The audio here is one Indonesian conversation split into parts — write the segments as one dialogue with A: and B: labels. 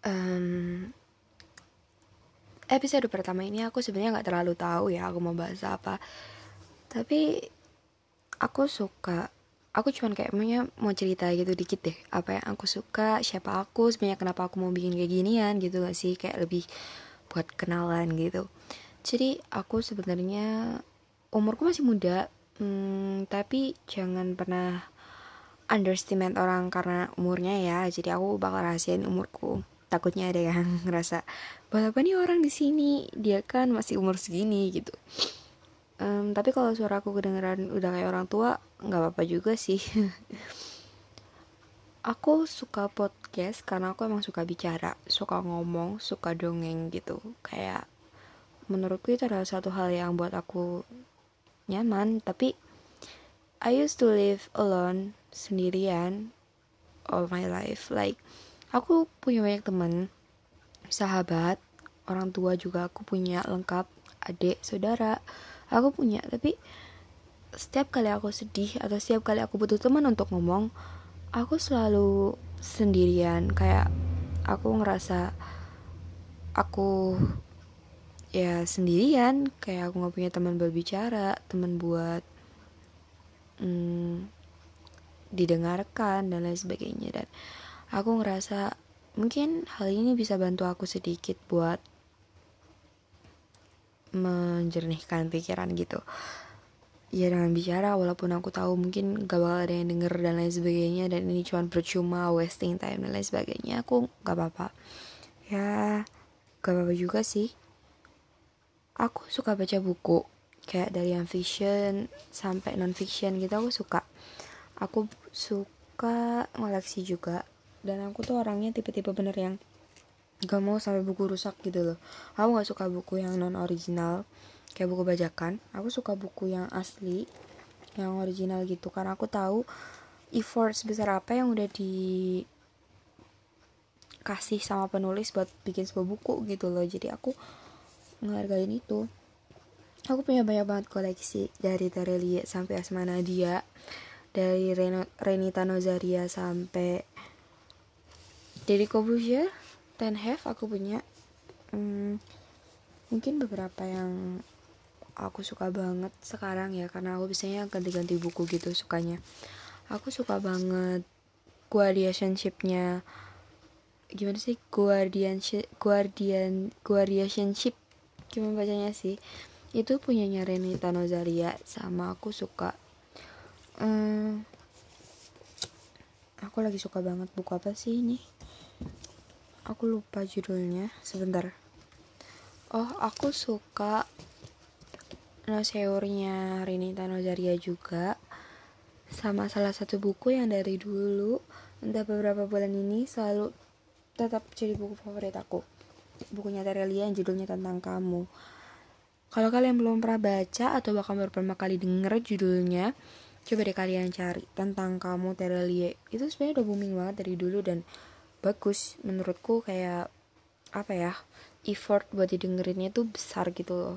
A: Em, Episode pertama ini aku sebenarnya nggak terlalu tahu ya aku mau bahas apa. Tapi aku cuman kayak mau cerita gitu dikit deh. Apa yang aku suka, siapa aku, sebenarnya kenapa aku mau bikin kayak ginian gitu gak sih? Kayak lebih buat kenalan gitu. Jadi aku sebenarnya umurku masih muda, tapi jangan pernah underestimate orang karena umurnya ya. Jadi aku bakal rahasiain umurku. Takutnya ada yang ngerasa buat apa nih orang di sini, dia kan masih umur segini gitu. Tapi kalau suara aku kedengeran udah kayak orang tua, nggak apa-apa juga sih. Aku suka podcast karena aku emang suka bicara, suka ngomong, suka dongeng gitu. Kayak menurutku itu adalah satu hal yang buat aku nyaman. Tapi I used to live alone, sendirian all my life. Like aku punya banyak teman, sahabat, orang tua juga aku punya lengkap, adik, saudara, aku punya. Tapi setiap kali aku sedih atau setiap kali aku butuh teman untuk ngomong, aku selalu sendirian. Kayak aku ngerasa aku ya sendirian, kayak aku nggak punya teman berbicara, teman buat didengarkan dan lain sebagainya. Dan aku ngerasa mungkin hal ini bisa bantu aku sedikit buat menjernihkan pikiran gitu ya, dengan bicara. Walaupun aku tahu mungkin gak bakal ada yang denger dan lain sebagainya, dan ini cuma percuma, wasting time dan lain sebagainya, aku gak apa-apa ya, gak apa-apa juga sih. Aku suka baca buku, kayak dari yang fiction sampai non fiction gitu aku suka. Aku suka ngoleksi juga, dan aku tuh orangnya tipe-tipe bener yang gak mau sampai buku rusak gitu loh. Aku gak suka buku yang non original kayak buku bajakan. Aku suka buku yang asli, yang original gitu, karena aku tahu effort sebesar apa yang udah dikasih sama penulis buat bikin sebuah buku gitu loh. Jadi aku ngehargain itu. Aku punya banyak banget koleksi, dari Terelie sampai Asma Nadia, dari Renita Nozaria sampai Deddy Corbuzier, Ten Have aku punya. Mungkin beberapa yang aku suka banget sekarang ya, karena aku biasanya ganti-ganti buku gitu sukanya. Aku suka banget Guardianship-nya, gimana sih, Guardianship, gimana bacanya sih, itu punyanya Renita Nozaria. Sama aku suka aku lagi suka banget buku apa sih ini, aku lupa judulnya, sebentar. Oh, aku suka Noseurnya Renita Nozaria juga, sama salah satu buku yang dari dulu entah beberapa bulan ini selalu tetap jadi buku favorit aku, bukunya Terelia yang judulnya Tentang Kamu. Kalau kalian belum pernah baca atau bahkan baru pertama kali denger judulnya, coba deh kalian cari Tentang Kamu Terelia. Itu sebenarnya udah booming banget dari dulu dan bagus menurutku. Kayak apa ya, effort buat didengerinnya tuh besar gitu loh.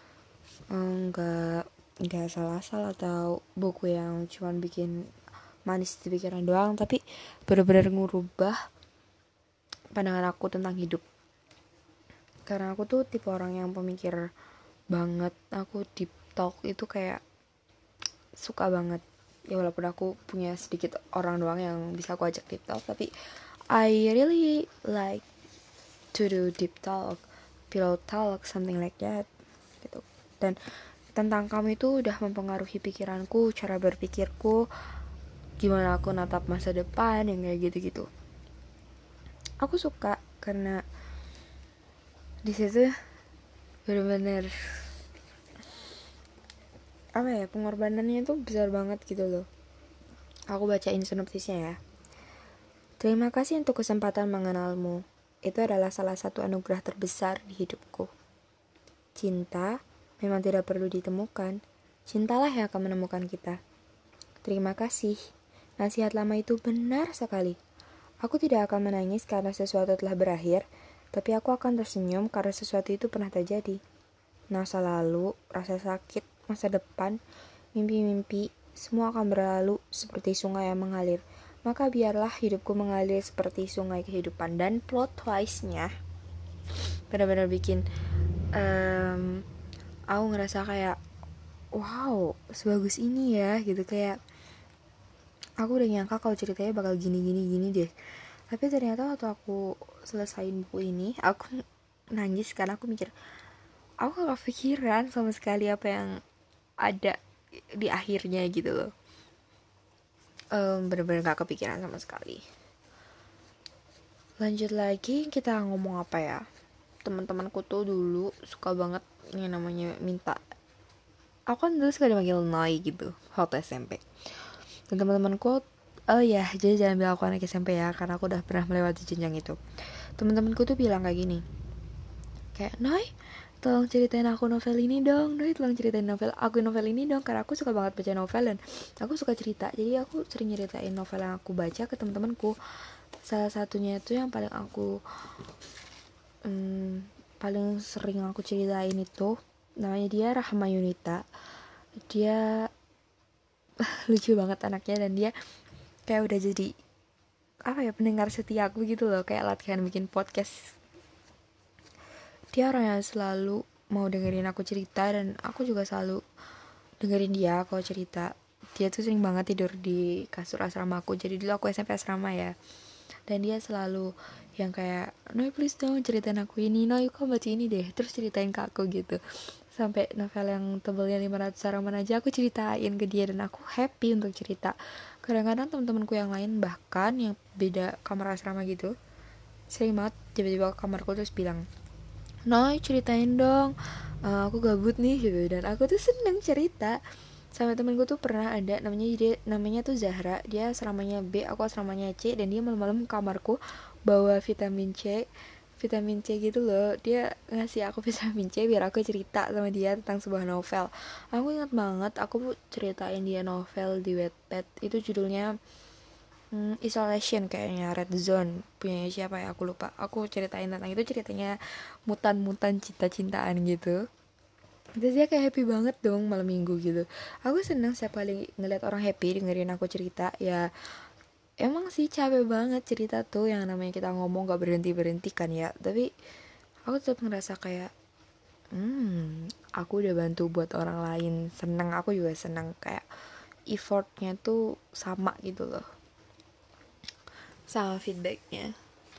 A: Nggak salah-salah atau buku yang cuman bikin manis di pikiran doang, tapi benar-benar ngubah pandangan aku tentang hidup. Karena aku tuh tipe orang yang pemikir banget. Aku deep talk itu kayak suka banget ya, walaupun aku punya sedikit orang doang yang bisa aku ajak deep talk, tapi I really like to do deep talk, pillow talk, something like that gitu. Dan Tentang Kamu itu udah mempengaruhi pikiranku, cara berpikirku, gimana aku natap masa depan, yang kayak gitu-gitu. Aku suka karena di situ bener-bener apa ya, pengorbanannya tuh besar banget gitu loh. Aku bacain sinopsisnya ya. Terima kasih untuk kesempatan mengenalmu. Itu adalah salah satu anugerah terbesar di hidupku. Cinta memang tidak perlu ditemukan. Cintalah yang akan menemukan kita. Terima kasih. Nasihat lama itu benar sekali. Aku tidak akan menangis karena sesuatu telah berakhir, tapi aku akan tersenyum karena sesuatu itu pernah terjadi. Masa lalu, rasa sakit, masa depan, mimpi-mimpi, semua akan berlalu seperti sungai yang mengalir. maka biarlah hidupku mengalir seperti sungai kehidupan. Dan plot twist-nya benar-benar bikin aku ngerasa kayak wow, sebagus ini ya gitu. Kayak aku udah nyangka kalau ceritanya bakal gini deh, tapi ternyata waktu aku selesain buku ini aku nangis karena aku mikir aku gak kepikiran sama sekali apa yang ada di akhirnya gitu loh. Bener-bener gak kepikiran sama sekali. Lanjut lagi, kita ngomong apa ya, teman-temanku tuh dulu suka banget yang namanya minta, aku kan dulu suka dipanggil Noi gitu waktu SMP. Dan teman-temanku, oh ya, jadi jangan bilang aku anak SMP ya, karena aku udah pernah melewati jenjang itu. Teman-temanku tuh bilang kayak gini, kayak Noi, tolong ceritain aku novel ini dong, Noi tolong ceritain novel ini dong, karena aku suka banget baca novel dan aku suka cerita. Jadi aku sering nyeritain novel yang aku baca ke teman-temanku. Salah satunya itu yang paling sering aku ceritain itu namanya dia Rahma Yunita. Dia lucu banget anaknya, dan dia kayak udah jadi apa ya, pendengar setia aku gitu loh, kayak latihan bikin podcast. Dia orang yang selalu mau dengerin aku cerita, dan aku juga selalu dengerin dia kalau cerita. Dia tuh sering banget tidur di kasur asrama aku, jadi dulu aku SMP asrama ya. Dan dia selalu yang kayak, Noi please dong ceritain aku ini, Noi kau baca ini deh, terus ceritain ke aku gitu. Sampai novel yang tebalnya 500 halaman aja aku ceritain ke dia, dan aku happy untuk cerita. Kadang-kadang teman-temanku yang lain, bahkan yang beda kamar asrama gitu, sering banget tiba-tiba ke kamarku terus bilang, Noi ceritain dong, aku gabut nih gitu. Dan aku tuh seneng cerita. Sama temenku tuh pernah ada namanya tuh Zahra, dia asramanya B, aku asramanya C, dan dia malam-malam ke kamarku bawa vitamin C gitu loh. Dia ngasih aku vitamin C biar aku cerita sama dia tentang sebuah novel. Aku ingat banget aku ceritain dia novel di Wattpad, itu judulnya Isolation kayaknya, Red Zone, punya siapa ya aku lupa. Aku ceritain tentang itu, ceritanya mutan-mutan cinta-cintaan gitu. Terus dia kayak happy banget dong malam minggu gitu. Aku seneng setiap kali ngeliat orang happy dengerin aku cerita. Ya emang sih capek banget cerita tuh, yang namanya kita ngomong gak berhenti-berhenti kan ya. Tapi aku tetap ngerasa kayak aku udah bantu buat orang lain seneng, aku juga seneng. Kayak effortnya tuh sama gitu loh, sama feedbacknya.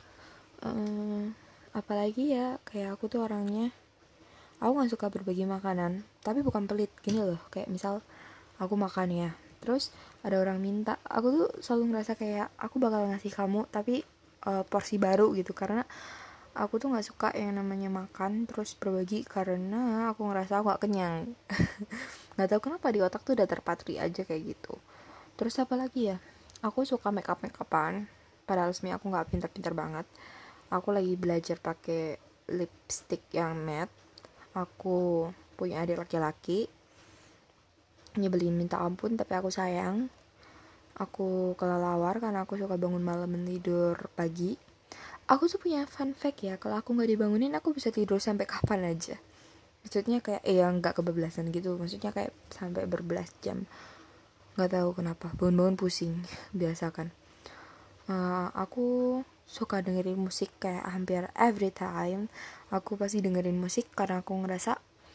A: Apalagi ya, kayak aku tuh orangnya, aku gak suka berbagi makanan, tapi bukan pelit gini loh. Kayak misal aku makan ya, terus ada orang minta, aku tuh selalu ngerasa kayak aku bakal ngasih kamu, tapi porsi baru gitu. Karena aku tuh gak suka yang namanya makan terus berbagi, karena aku ngerasa aku gak kenyang. Gak tahu kenapa di otak tuh udah terpatri aja kayak gitu. Terus apa lagi ya, aku suka makeupan, padahal sebenarnya aku gak pintar-pintar banget. Aku lagi belajar pakai lipstick yang matte. Aku punya adik laki-laki, nyebelin minta ampun, tapi aku sayang. Aku kelelawar karena aku suka bangun malam dan tidur pagi. Aku tuh punya fun fact ya, kalau aku gak dibangunin aku bisa tidur sampai kapan aja. Maksudnya kayak gak kebablasan gitu, maksudnya kayak sampai berbelas jam. Gak tahu kenapa, bangun-bangun pusing. Biasa kan. Aku suka dengerin musik kayak hampir every time. Aku pasti dengerin musik karena aku ngerasa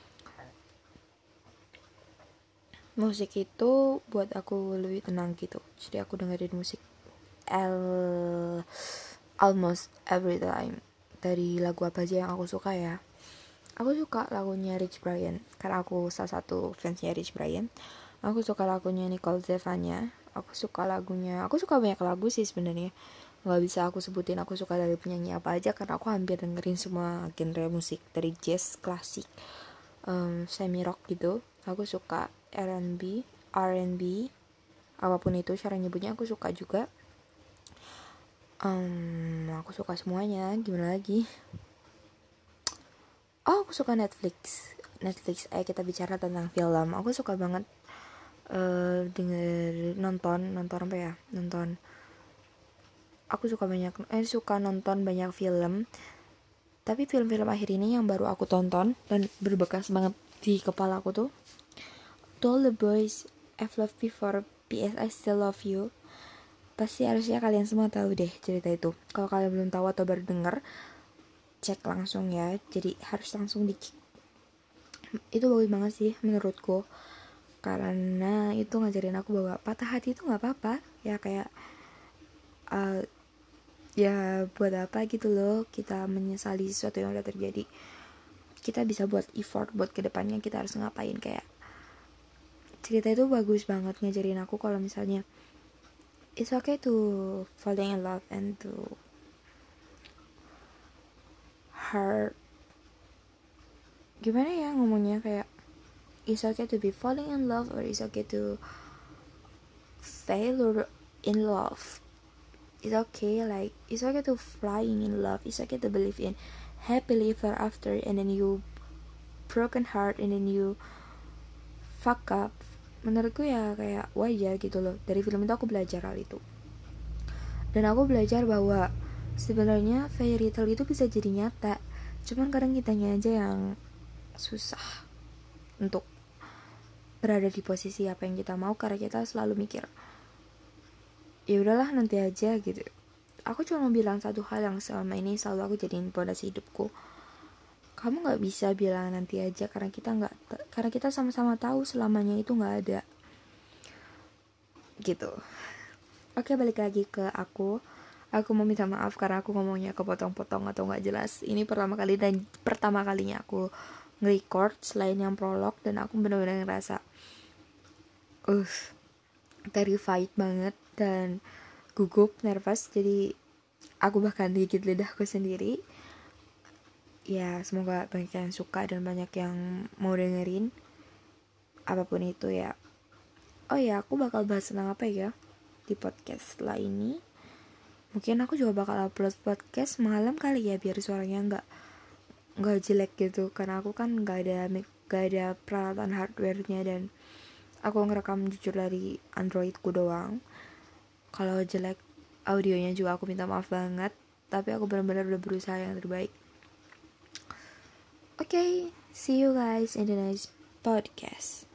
A: musik itu buat aku lebih tenang gitu. Jadi aku dengerin musik almost every time. Dari lagu apa aja yang aku suka ya. Aku suka lagunya Rich Brian karena aku salah satu fansnya Rich Brian. Aku suka lagunya Nicole Zevanya. Aku suka banyak lagu sih sebenarnya. Gak bisa aku sebutin aku suka dari penyanyi apa aja, karena aku hampir dengerin semua genre musik, dari jazz, klasik, semi rock gitu. Aku suka R&B, apapun itu cara nyebutnya aku suka juga. Aku suka semuanya, gimana lagi. Aku suka Netflix. Ayo kita bicara tentang film. Aku suka banget nonton apa ya, aku suka nonton banyak film. Tapi film-film akhir ini yang baru aku tonton dan berbekas banget di kepala aku tuh To All The Boys I've Loved Before, P.S. I Still Love You. Pasti harusnya kalian semua tahu deh cerita itu. Kalau kalian belum tahu atau baru denger, cek langsung ya. Jadi harus langsung dicek. Itu bagus banget sih menurutku, karena itu ngajarin aku bahwa patah hati itu nggak apa-apa ya. Kayak ya buat apa gitu loh kita menyesali sesuatu yang udah terjadi. Kita bisa buat effort buat kedepannya kita harus ngapain. Kayak cerita itu bagus banget ngajarin aku kalau misalnya it's okay to falling in love and to hurt. Gimana ya ngomongnya, kayak it's okay to be falling in love or it's okay to fail in love. It's okay, like it's okay to flying in love. It's okay to believe in happily ever after, and then you broken heart and then you fuck up. Menurutku ya kayak wajar gitu loh. Dari film itu aku belajar hal itu, dan aku belajar bahwa sebenarnya fairy tale itu bisa jadi nyata, cuman kadang kitanya aja yang susah untuk berada di posisi apa yang kita mau, karena kita selalu mikir ya udahlah nanti aja gitu. Aku cuma mau bilang satu hal yang selama ini selalu aku jadiin pondasi hidupku. Kamu nggak bisa bilang nanti aja, karena kita sama-sama tahu selamanya itu nggak ada gitu. Oke, balik lagi ke aku mau minta maaf karena aku ngomongnya kepotong-potong atau nggak jelas. Ini pertama kalinya aku nge-record selain yang prolog, dan aku benar-benar ngerasa terrified banget dan gugup, nervous. Jadi aku bahkan gigit lidahku sendiri. Ya semoga banyak yang suka dan banyak yang mau dengerin apapun itu ya. Oh ya, aku bakal bahas tentang apa ya di podcast setelah ini. Mungkin aku juga bakal upload podcast malam kali ya, biar suaranya nggak jelek gitu, karena aku kan nggak ada peralatan hardware-nya, dan aku ngerekam jujur dari Androidku doang. Kalau jelek audionya juga aku minta maaf banget, tapi aku benar-benar udah berusaha yang terbaik. Okay, see you guys in the next podcast.